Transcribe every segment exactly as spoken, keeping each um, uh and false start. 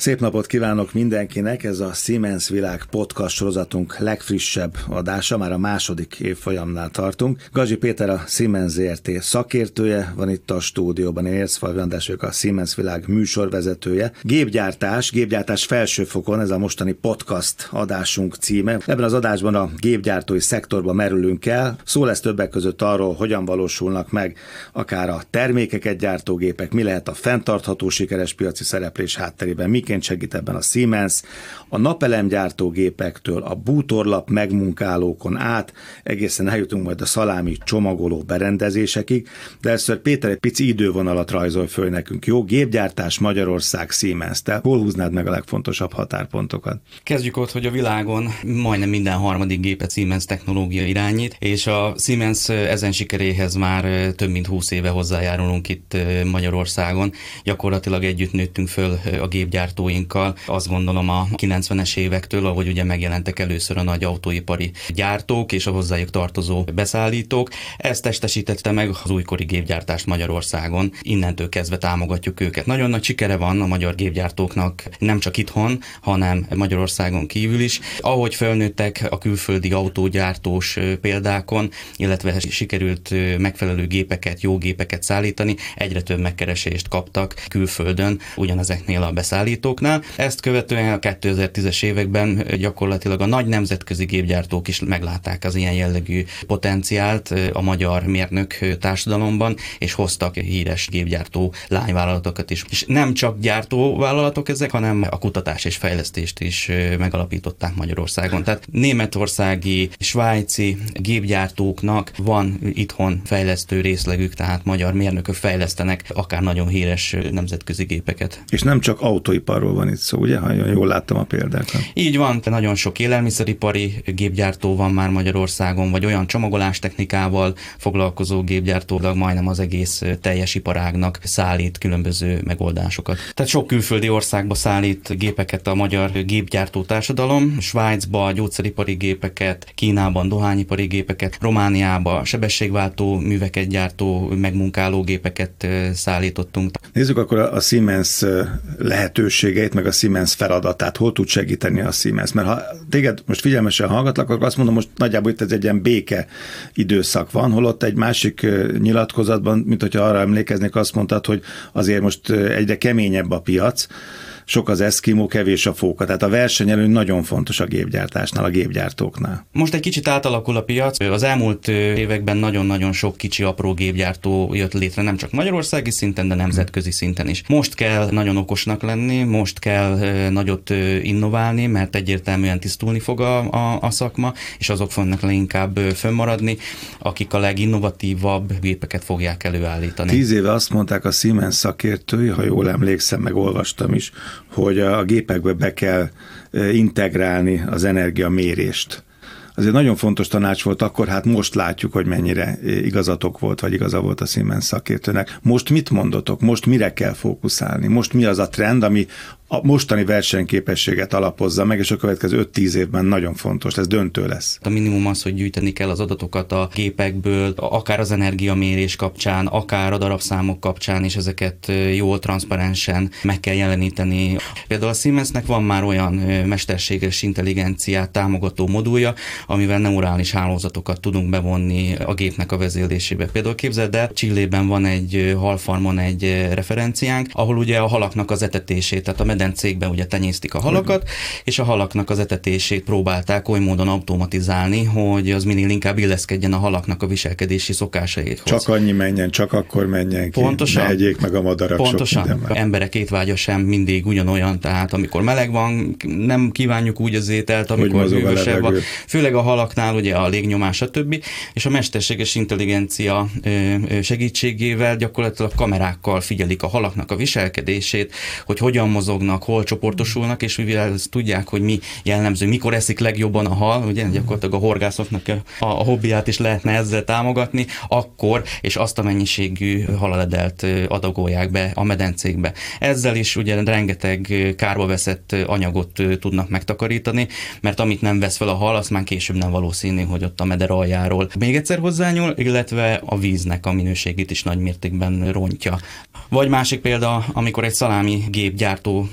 Szép napot kívánok mindenkinek! Ez a Siemens Világ podcast sorozatunk legfrissebb adása, már a második évfolyamnál tartunk. Gazsi Péter a Siemens zé er té szakértője van itt a stúdióban, én Ércfalvi András vagyok, a Siemens Világ műsorvezetője. Gépgyártás, gépgyártás felsőfokon, ez a mostani podcast adásunk címe. Ebben az adásban a gépgyártói szektorba merülünk el. Szó lesz többek között arról, hogyan valósulnak meg akár a termékeket gyártó gépek, mi lehet a fenntartható sikeres piaci szereplés hátterében, miként segít ebben a Siemens, a napelemgyártó gépektől a bútorlap megmunkálókon át, egészen eljutunk majd a szalámi csomagoló berendezésekig, de először Péter egy pici idővonalat rajzol föl nekünk. Jó, gépgyártás Magyarország, Siemens. Te hol húznád meg a legfontosabb határpontokat? Kezdjük ott, hogy a világon majdnem minden harmadik gépet Siemens technológia irányít, és a Siemens ezen sikeréhez már több mint húsz éve hozzájárulunk itt Magyarországon. Gyakorlatilag együtt nőttünk föl a gépgyártóinkkal. Azt gondolom a kilencvenes évektől, ahogy ugye megjelentek először a nagy autóipari gyártók és a hozzájuk tartozó beszállítók. Ezt testesítette meg az újkori gépgyártást Magyarországon. Innentől kezdve támogatjuk őket. Nagyon nagy sikere van a magyar gépgyártóknak, nem csak itthon, hanem Magyarországon kívül is. Ahogy fölnőttek a külföldi autógyártós példákon, illetve sikerült megfelelő gépeket, jó gépeket szállítani, egyre több megkeresést kaptak külföldön ugyanezeknél a beszállítóknál. Ezt követően a kétezer-tízes években gyakorlatilag a nagy nemzetközi gépgyártók is meglátták az ilyen jellegű potenciált a magyar mérnök társadalomban, és hoztak híres gépgyártó lányvállalatokat is. És nem csak gyártóvállalatok ezek, hanem a kutatás és fejlesztést is megalapították Magyarországon. Tehát németországi, svájci gépgyártóknak van itthon fejlesztő részlegük, tehát magyar mérnökök fejlesztenek akár nagyon híres nemzetközi gépeket. És nem csak autóiparról van itt szó, ugye? Ha jól láttam a példákat. Így van, de nagyon sok élelmiszeripari gépgyártó van már Magyarországon, vagy olyan csomagolástechnikával foglalkozó gépgyártó, majdnem az egész teljes iparágnak szállít különböző megoldásokat. Tehát sok külföldi országba szállít gépeket a magyar gépgyártó társadalom, Svájcba gyógyszeripari gépeket, Kínában dohányipari gépeket, Romániába sebességváltó műveket gyártó megmunkáló gépeket szállítottunk. Nézzük akkor a Siemens lehetőségeit, meg a Siemens feladatát. Hol tud segíteni a Siemens? Mert ha téged most figyelmesen hallgatlak, akkor azt mondom, most nagyjából itt ez egy ilyen béke időszak van, holott egy másik nyilatkozatban, mint hogyha arra emlékeznék, azt mondtad, hogy azért most egyre keményebb a piac, sok az eszkimó, kevés a fóka. Tehát a versenyelőny nagyon fontos a gépgyártásnál, a gépgyártóknál. Most egy kicsit átalakul a piac. Az elmúlt években nagyon-nagyon sok kicsi apró gépgyártó jött létre, nem csak magyarországi szinten, de nemzetközi szinten is. Most kell nagyon okosnak lenni, most kell nagyot innoválni, mert egyértelműen tisztulni fog a, a, a szakma, és azok fognak leginkább fönnmaradni, akik a leginnovatívabb gépeket fogják előállítani. Tíz éve azt mondták a Siemens szakértői, ha jól emlékszem, meg olvastam is, hogy a gépekbe be kell integrálni az energiamérést. Azért nagyon fontos tanács volt akkor, hát most látjuk, hogy mennyire igazatok volt, vagy igaza volt a Siemens szakértőnek. Most mit mondotok? Most mire kell fókuszálni? Most mi az a trend, ami a mostani versenyképességet alapozza meg, és a következő öt-tíz évben nagyon fontos, ez döntő lesz. A minimum az, hogy gyűjteni kell az adatokat a gépekből, akár az energiamérés kapcsán, akár a darabszámok kapcsán, és ezeket jól, transzparensen meg kell jeleníteni. Például a Siemensnek van már olyan mesterséges intelligenciát támogató modulja, amivel neurális hálózatokat tudunk bevonni a gépnek a vezérlésébe. Például képzeld el, Chilében van egy halfarmon egy referenciánk, ahol ugye a halaknak az etetését, tehát a medencékben ugye tenyésztik a halakat, uh-huh. és a halaknak az etetését próbálták oly módon automatizálni, hogy az minél inkább illeszkedjen a halaknak a viselkedési szokásaihoz. Csak annyi menjen, csak akkor menjen ki, pontosan, ne egyék meg a madarak. Pontosan. Emberek étvágya sem mindig ugyanolyan, tehát amikor meleg van, nem kívánjuk úgy az ételt, amikor hűvösebb van. Főleg a halaknál ugye a légnyomás, stb. És a mesterséges intelligencia segítségével gyakorlatilag kamerákkal figyelik a halaknak a viselkedését, hogy hogyan mozognak, hol csoportosulnak, és mivel ezt tudják, hogy mi jellemző, mikor eszik legjobban a hal, ugye gyakorlatilag a horgászoknak a, a hobbiát is lehetne ezzel támogatni, akkor, és azt a mennyiségű halaledelt adagolják be a medencékbe. Ezzel is ugye rengeteg kárba veszett anyagot tudnak megtakarítani, mert amit nem vesz fel a hal, azt már később nem valószínű, hogy ott a meder aljáról még egyszer hozzányúl, illetve a víznek a minőségét is nagy mértékben rontja. Vagy másik példa, amikor egy szalámi gépgyártó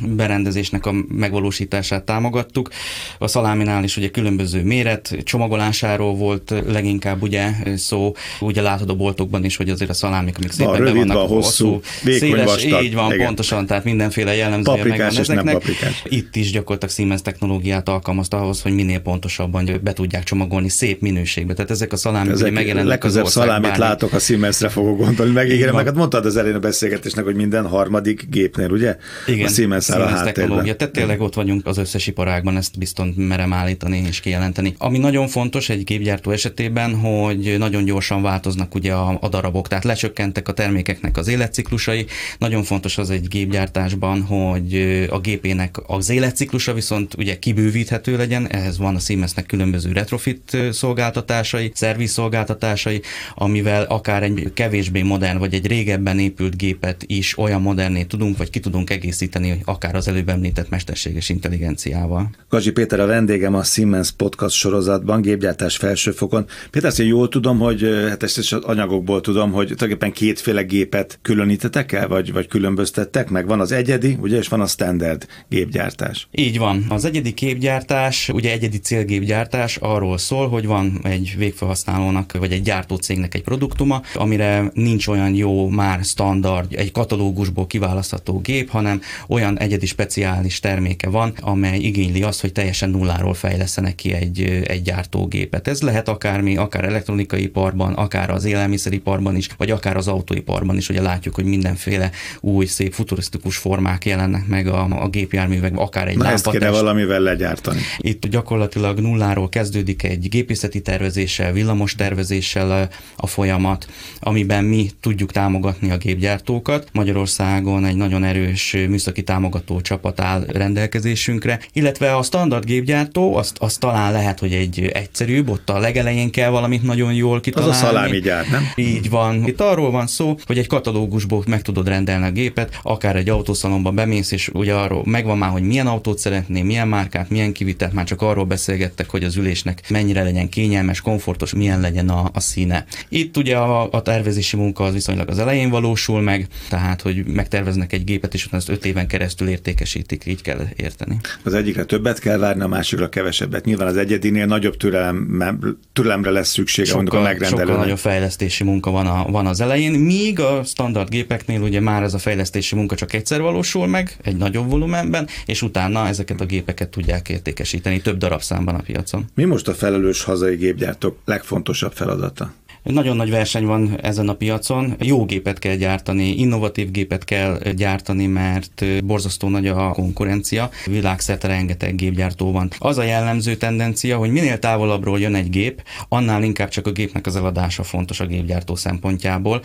berendezésnek a megvalósítását támogattuk. A szaláminál is ugye különböző méret, csomagolásáról volt leginkább ugye szó. Ugye látod a boltokban is, hogy azért a szalámik, amik szépen rövid, be vannak, van, hosszú, vékony, széles, vastag. Így van, igen. pontosan, tehát mindenféle jellemzője megvan paprikás és ezeknek. nem paprikás. Itt is gyakorlatilag Siemens technológiát alkalmazta ahhoz, hogy minél pontosabban be tudják csomagolni szép minőségbe. Tehát ezek a szalámik ugye megjelennek az országban. Legközelebb szalámit látok, a Siemensre fogok gondolni. Megígérem, meg hát mondtad az elején a beszélgetésnek, hogy minden harmadik gépnél, ugye? Igen, a Siemens áll a háttérben. Tehát tényleg ott vagyunk az összes iparágban, ezt biztos merem állítani és kijelenteni. Ami nagyon fontos egy gépgyártó esetében, hogy nagyon gyorsan változnak ugye a, a darabok, tehát lecsökkentek a termékeknek az életciklusai. Nagyon fontos az egy gépgyártásban, hogy a gépének az életciklusa viszont ugye kibővíthető legyen, ehhez van a Siemensnek különböző retrofit szolgáltatásai, szerviz szolgáltatásai, amivel akár egy kevésbé modern vagy egy régebben épült gépet is olyan moderné tudunk, vagy ki tudunk egészíteni, akár az előbb említett mesterséges intelligenciával. Gazsi Péter a vendégem a Siemens Podcast sorozatban, gépgyártás felsőfokon. Péter, azt én jól tudom, hogy hát ezt is az anyagokból tudom, hogy tulajdonképpen kétféle gépet különítetek el, vagy, vagy különböztettek meg? Van az egyedi, ugye, és van a standard gépgyártás. Így van. Az egyedi gépgyártás, ugye egyedi célgépgyártás arról szól, hogy van egy végfelhasználónak, vagy egy gyártócégnek egy produktuma, amire nincs olyan jó már standard, egy katalógusból kiválasztható gép, hanem olyan egyedi speciális terméke van, amely igényli azt, hogy teljesen nulláról fejlesztenek ki egy, egy gyártógépet. Ez lehet akármi, akár elektronikai iparban, akár az élelmiszeriparban is, vagy akár az autóiparban is. Ugye látjuk, hogy mindenféle új, szép, futurisztikus formák jelennek meg a, a gépjárművekben, akár egy lámpatest. Ezt kéne valamivel legyártani. Itt gyakorlatilag nulláról kezdődik egy gépészeti tervezéssel, villamos tervezéssel a folyamat, amiben mi tudjuk támogatni a gépgyártókat. Magyarországon egy nagyon erős műszaki támogató csapat áll rendelkezésünkre, illetve a standard gépgyártó, azt, azt talán lehet, hogy egy egyszerűbb, ott a legelején kell valamit nagyon jól kitalálni. Az a szalámi gyár, nem? Így van. Itt arról van szó, hogy egy katalógusból meg tudod rendelni a gépet, akár egy autószalomba bemész, és ugye arról megvan már, hogy milyen autót szeretnél, milyen márkát, milyen kivitelt, már csak arról beszélgettek, hogy az ülésnek mennyire legyen kényelmes, komfortos, milyen legyen a, a színe. Itt ugye a, a tervezési munka az viszonylag az elején valósul meg, tehát hogy megterveznek egy gépet, és utána ezt öt éven keresztül értékesítik, így kell érteni. Az egyikre többet kell várni, a másikra kevesebbet. Nyilván az egyedinél nagyobb türelem, türelemre lesz szüksége, sokkal, mondjuk a megrendelőnek. Sokkal nagyobb fejlesztési munka van, a, van az elején, míg a standard gépeknél ugye már ez a fejlesztési munka csak egyszer valósul meg, egy nagyobb volumenben, és utána ezeket a gépeket tudják értékesíteni több darabszámban a piacon. Mi most a felelős hazai gépgyártók legfontosabb feladata? Nagyon nagy verseny van ezen a piacon. Jó gépet kell gyártani, innovatív gépet kell gyártani, mert borzasztó nagy a konkurencia. Világszerte rengeteg gépgyártó van. Az a jellemző tendencia, hogy minél távolabbról jön egy gép, annál inkább csak a gépnek az eladása fontos a gépgyártó szempontjából.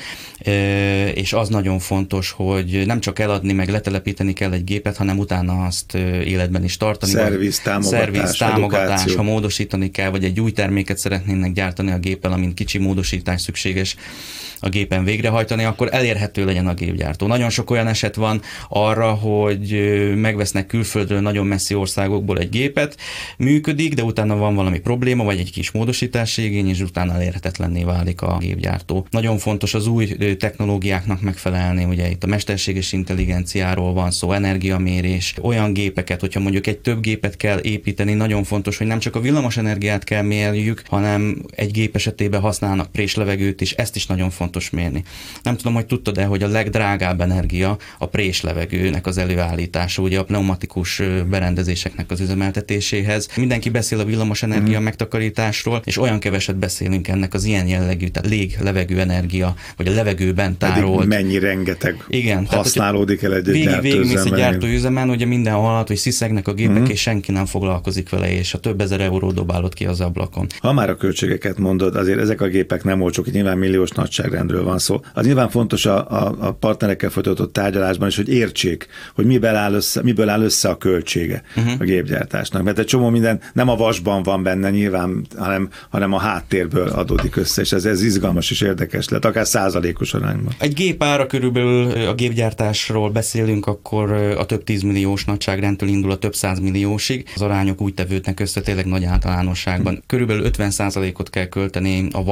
És az nagyon fontos, hogy nem csak eladni, meg letelepíteni kell egy gépet, hanem utána azt életben is tartani. Szerviz, támogatás, szerviz, támogatás, edukáció. Ha módosítani kell, vagy egy új terméket szeretnének gyártani a géppel, amint kicsi módosítás szükséges a gépen végrehajtani, akkor elérhető legyen a gépgyártó. Nagyon sok olyan eset van arra, hogy megvesznek külföldről nagyon messzi országokból egy gépet, működik, de utána van valami probléma, vagy egy kis módosítási igény, és utána elérhetetlenné válik a gépgyártó. Nagyon fontos az új technológiáknak megfelelni, ugye itt a mesterséges intelligenciáról van szó, energiamérés, olyan gépeket, hogyha mondjuk egy több gépet kell építeni, nagyon fontos, hogy nem csak a villamos energiát kell mérjük, hanem egy gép esetében használnak préslevegőt is, ezt is nagyon fontos mérni. Nem tudom, hogy tudtad-e, hogy a legdrágább energia a préslevegőnek az előállítása, ugye a pneumatikus berendezéseknek az üzemeltetéséhez. Mindenki beszél a villamos energia mm. megtakarításról, és olyan keveset beszélünk ennek az ilyen jellegű, tehát lég-levegő energia, vagy a levegőben tárolt. Pedig mennyi rengeteg igen, használódik el egy, egy végig, végigmész egy gyártóüzemen. gyártóüzemen, ugye minden hallhat, hogy sziszegnek a gépek, Mm. és senki nem foglalkozik vele, és a több ezer euró dobálod ki az ablakon. Ha már a költségeket mondod, azért ezek a gépek nem olcsók, itt nyilván milliós nagyságrendről van szó. Az nyilván fontos a, a, a partnerekkel folytatott tárgyalásban is, hogy értsék, hogy miből áll össze, miből áll össze a költsége uh-huh. a gépgyártásnak. Mert egy csomó minden nem a vasban van benne nyilván, hanem, hanem a háttérből adódik össze, és ez, ez izgalmas és érdekes lett, akár százalékos arányban. Egy gép ára körülbelül a gépgyártásról beszélünk, akkor a több tízmilliós nagyságrendtől indul a több százmilliósig. Az arányok úgy tevődnek össze tényleg nagy általánosságban. Körülbelül ötven százalékot kell költeni a vasra,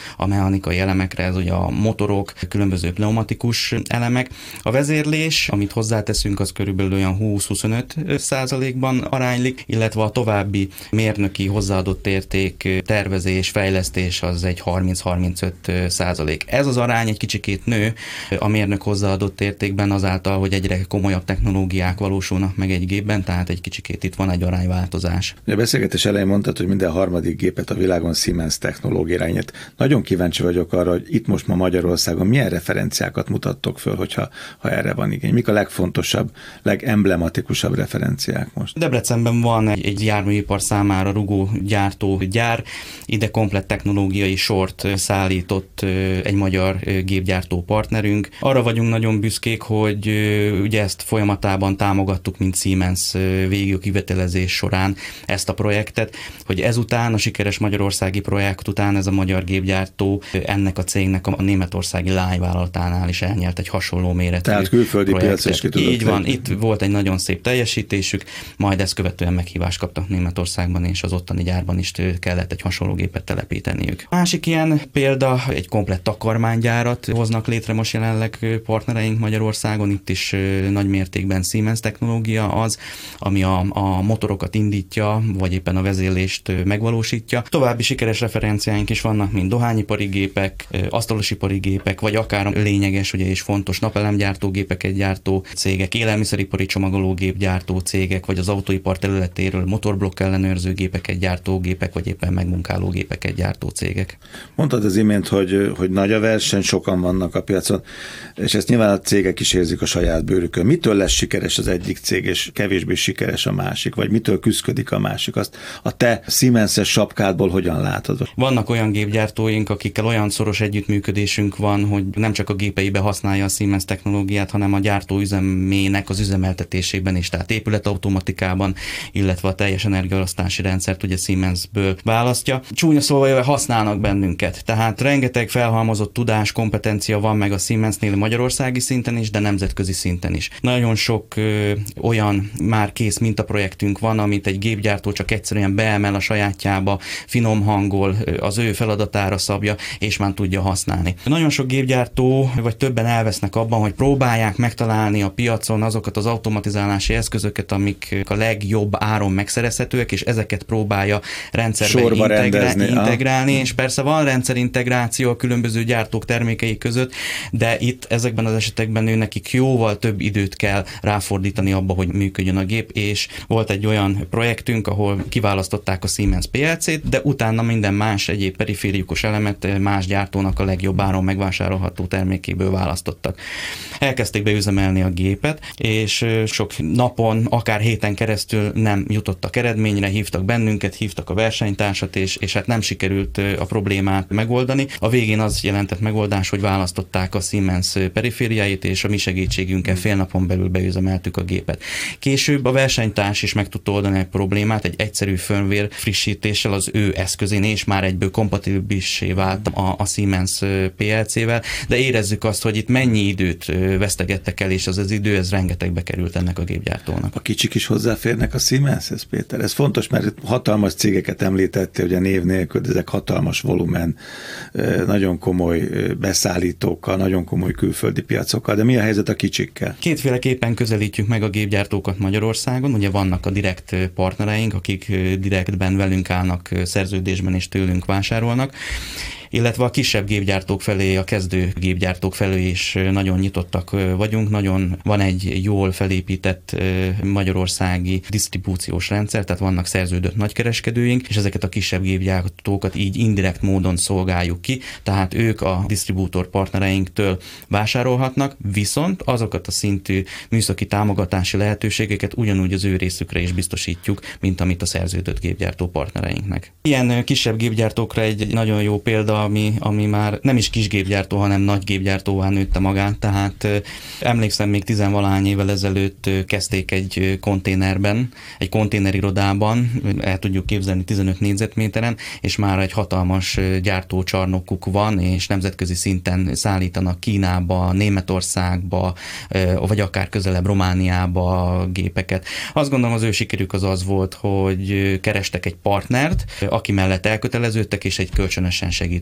a mechanikai elemekre, ez ugye a motorok, különböző pneumatikus elemek. A vezérlés, amit hozzáteszünk, az körülbelül olyan húsz-huszonöt százalékban aránylik, illetve a további mérnöki hozzáadott érték, tervezés, fejlesztés az egy harminc-harmincöt százalék. Ez az arány egy kicsikét nő a mérnök hozzáadott értékben azáltal, hogy egyre komolyabb technológiák valósulnak meg egy gépben, tehát egy kicsikét itt van egy arányváltozás. A beszélgetés elején mondtad, hogy minden harmadik gépet a világon Siemens technológia irányít. Nagyon kíváncsi vagyok arra, hogy itt most ma Magyarországon milyen referenciákat mutattok föl, hogyha ha erre van igény. Mik a legfontosabb, legemblematikusabb referenciák most? Debrecenben van egy, egy járműipar számára rugógyártó gyár, ide komplett technológiai sort szállított egy magyar gépgyártó partnerünk. Arra vagyunk nagyon büszkék, hogy ugye ezt folyamatában támogattuk, mint Siemens végig a kivitelezés során ezt a projektet, hogy ezután, a sikeres magyarországi projekt után ez a magyar gépgyártó ennek a cégnek a németországi lányvállalatánál is elnyert egy hasonló méretű Tehát külföldi piacra is ki tudott Így van, lenni. itt volt egy nagyon szép teljesítésük, majd ezt követően meghívást kaptak Németországban, és az ottani gyárban is kellett egy hasonló gépet telepíteniük. Másik ilyen példa, egy komplett takarmánygyárat hoznak létre most jelenleg partnereink Magyarországon, itt is nagy mértékben Siemens technológia az, ami a, a motorokat indítja, vagy éppen a vezérlést megvalósítja. További sikeres referenciáink is vannak, mint dohányipari gépek, asztalosipari gépek, vagy akár lényeges, ugye és fontos napelemgyártó gépeket gyártó cégek, élelmiszeripari csomagológépgyártó cégek, vagy az autóipar területéről motorblokk ellenőrző gépeket gyártó gépek, vagy éppen megmunkáló gépeket gyártó cégek. Mondtad az imént, hogy, hogy nagy a verseny, sokan vannak a piacon, és ezt nyilván a cégek is érzik a saját bőrükön. Mitől lesz sikeres az egyik cég, és kevésbé sikeres a másik, vagy mitől küszködik a másik? Azt a te Siemens-es sapkádból hogyan látod? Vannak olyan gépgyártóink, akikkel olyan szoros együttműködésünk van, hogy nem csak a gépeibe használja a Siemens technológiát, hanem a gyártó üzemének az üzemeltetésében is, tehát épületautomatikában, illetve a teljes energiaelosztási rendszert ugye Siemensből választja. Csúnya szóval használnak bennünket, tehát rengeteg felhalmozott tudás, kompetencia van meg a Siemensnél magyarországi szinten is, de nemzetközi szinten is. Nagyon sok ö, olyan már kész mintaprojektünk van, amit egy gépgyártó csak egyszerűen beemel a sajátjába, finom hangol, az ő feladatára szabja, és már tudja használni. Nagyon sok gépgyártó, vagy többen elvesznek abban, hogy próbálják megtalálni a piacon azokat az automatizálási eszközöket, amik a legjobb áron megszerezhetőek, és ezeket próbálja rendszerben integrálni, integrálni és persze van rendszerintegráció a különböző gyártók termékei között, de itt ezekben az esetekben ő nekik jóval több időt kell ráfordítani abba, hogy működjön a gép, és volt egy olyan projektünk, ahol kiválasztották a Siemens pé el cét, de utána minden más egyéb periférikus elemet más gyártónak a legjobb áron megvásárolható termékéből választottak. Elkezdték beüzemelni a gépet, és sok napon, akár héten keresztül nem jutottak eredményre, hívtak bennünket, hívtak a versenytársat, és, és hát nem sikerült a problémát megoldani. A végén az jelentett megoldás, hogy választották a Siemens perifériáit, és a mi segítségünkkel fél napon belül beüzemeltük a gépet. Később a versenytárs is meg tudta oldani egy problémát, egy egyszerű firmware frissítéssel az ő eszközén, és már egyből kompatibilissé vált a, a Siemens pé el cével, de érezzük azt, hogy itt mennyi időt vesztegettek el, és az az idő, ez rengetegbe került ennek a gépgyártónak. A kicsik is hozzáférnek a Siemenshez, Péter? Ez fontos, mert hatalmas cégeket említettél, ugye név nélkül, de ezek hatalmas volumen, nagyon komoly beszállítókkal, nagyon komoly külföldi piacokkal, de mi a helyzet a kicsikkel? Kétféleképpen közelítjük meg a gépgyártókat Magyarországon, ugye vannak a direkt partnereink, akik direktben velünk állnak szerződésben és tőlünk vásárolnak, illetve a kisebb gépgyártók felé, a kezdő gépgyártók felé is nagyon nyitottak vagyunk. Nagyon van egy jól felépített magyarországi disztribúciós rendszer, tehát vannak szerződött nagykereskedőink, és ezeket a kisebb gépgyártókat így indirekt módon szolgáljuk ki, tehát ők a disztribútor partnereinktől vásárolhatnak, viszont azokat a szintű műszaki támogatási lehetőségeket ugyanúgy az ő részükre is biztosítjuk, mint amit a szerződött gépgyártó partnereinknek. Ilyen kisebb gépgyártókra egy nagyon jó példa, Ami, ami már nem is kis gépgyártó, hanem nagy gépgyártóvá nőtte magát, tehát emlékszem, még tizenvalahány évvel ezelőtt kezdték egy konténerben, egy konténerirodában, el tudjuk képzelni tizenöt négyzetméteren, és már egy hatalmas gyártócsarnokuk van, és nemzetközi szinten szállítanak Kínába, Németországba, vagy akár közelebb Romániába gépeket. Azt gondolom, az ő sikerük az az volt, hogy kerestek egy partnert, aki mellett elköteleződtek, és egy kölcsönösen segített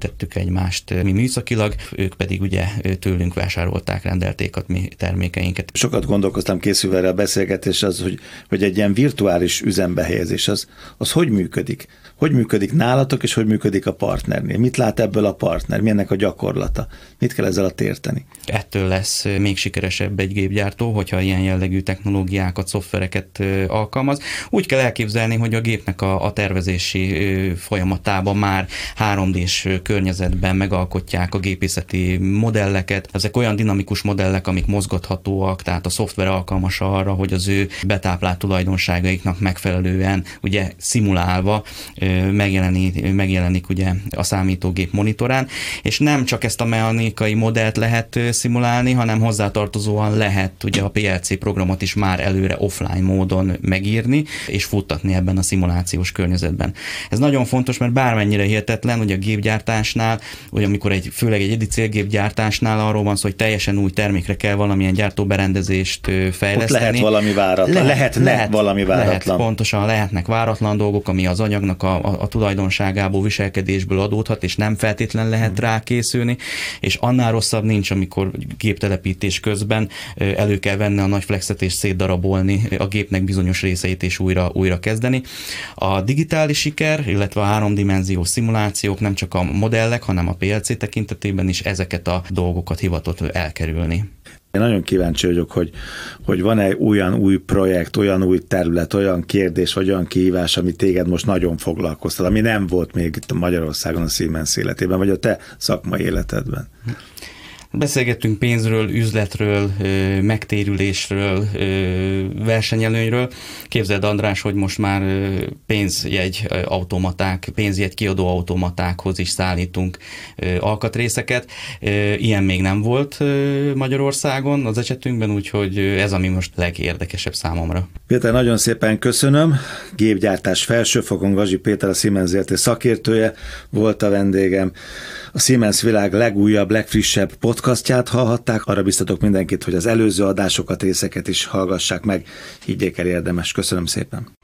segítettük egymást mi műszakilag, ők pedig ugye tőlünk vásárolták, rendelték a mi termékeinket. Sokat gondolkoztam készülve erre a beszélgetés, az, hogy, hogy egy ilyen virtuális üzembe helyezés, az, az hogy működik? Hogy működik nálatok, és hogy működik a partnernél? Mit lát ebből a partner? Milyennek a gyakorlata? Mit kell ezzel alatt érteni? Ettől lesz még sikeresebb egy gépgyártó, hogyha ilyen jellegű technológiákat, szoftvereket alkalmaz. Úgy kell elképzelni, hogy a gépnek a, a tervezési folyamatában már három dés környezetben megalkotják a gépészeti modelleket. Ezek olyan dinamikus modellek, amik mozgathatóak, tehát a szoftver alkalmas arra, hogy az ő betáplált tulajdonságaiknak megfelelően ugye szimulálva megjelenik, megjelenik ugye a számítógép monitorán, és nem csak ezt a mechanikai modellt lehet szimulálni, hanem hozzátartozóan lehet ugye a pé el cé programot is már előre offline módon megírni, és futtatni ebben a szimulációs környezetben. Ez nagyon fontos, mert bármennyire hihetetlen, hogy a gépgyártásnál, vagy amikor egy, főleg egy egyedi célgépgyártásnál arról van szó, hogy teljesen új termékre kell valamilyen gyártóberendezést fejleszteni. Ott lehet valami váratlan. Lehet, lehetne lehet, valami váratlan. Lehet, pontosan lehetnek váratlan dolgok, ami az anyagnak a, a, a tulajdonságából, viselkedésből adódhat, és nem feltétlen lehet hmm. rá készülni, és annál rosszabb nincs, amikor géptelepítés közben elő kell venni a nagy flexet és szétdarabolni a gépnek bizonyos részeit és újra, újra kezdeni. A digitális siker, illetve a háromdimenziós szimulációk nem csak a modellek, hanem a pé el cé tekintetében is ezeket a dolgokat hivatott elkerülni. Én nagyon kíváncsi vagyok, hogy, hogy van-e olyan új projekt, olyan új terület, olyan kérdés, vagy olyan kihívás, ami téged most nagyon foglalkoztat, ami nem volt még itt Magyarországon a Siemens életében, vagy a te szakmai életedben. Beszélgettünk pénzről, üzletről, megtérülésről, versenyelőnyről. Képzeld, András, hogy most már pénzjegy automaták, pénzjegy kiadó automatákhoz is szállítunk alkatrészeket. Ilyen még nem volt Magyarországon az esetünkben, úgyhogy ez ami most legérdekesebb számomra. Péter, nagyon szépen köszönöm. Gépgyártás felsőfokon Gazsi Péter, a Siemens Zrt. Szakértője volt a vendégem. A Siemens világ legújabb, legfrissebb podcastját hallhatták. Arra biztatok mindenkit, hogy az előző adásokat, részeket is hallgassák meg. Higgyék el, érdemes. Köszönöm szépen.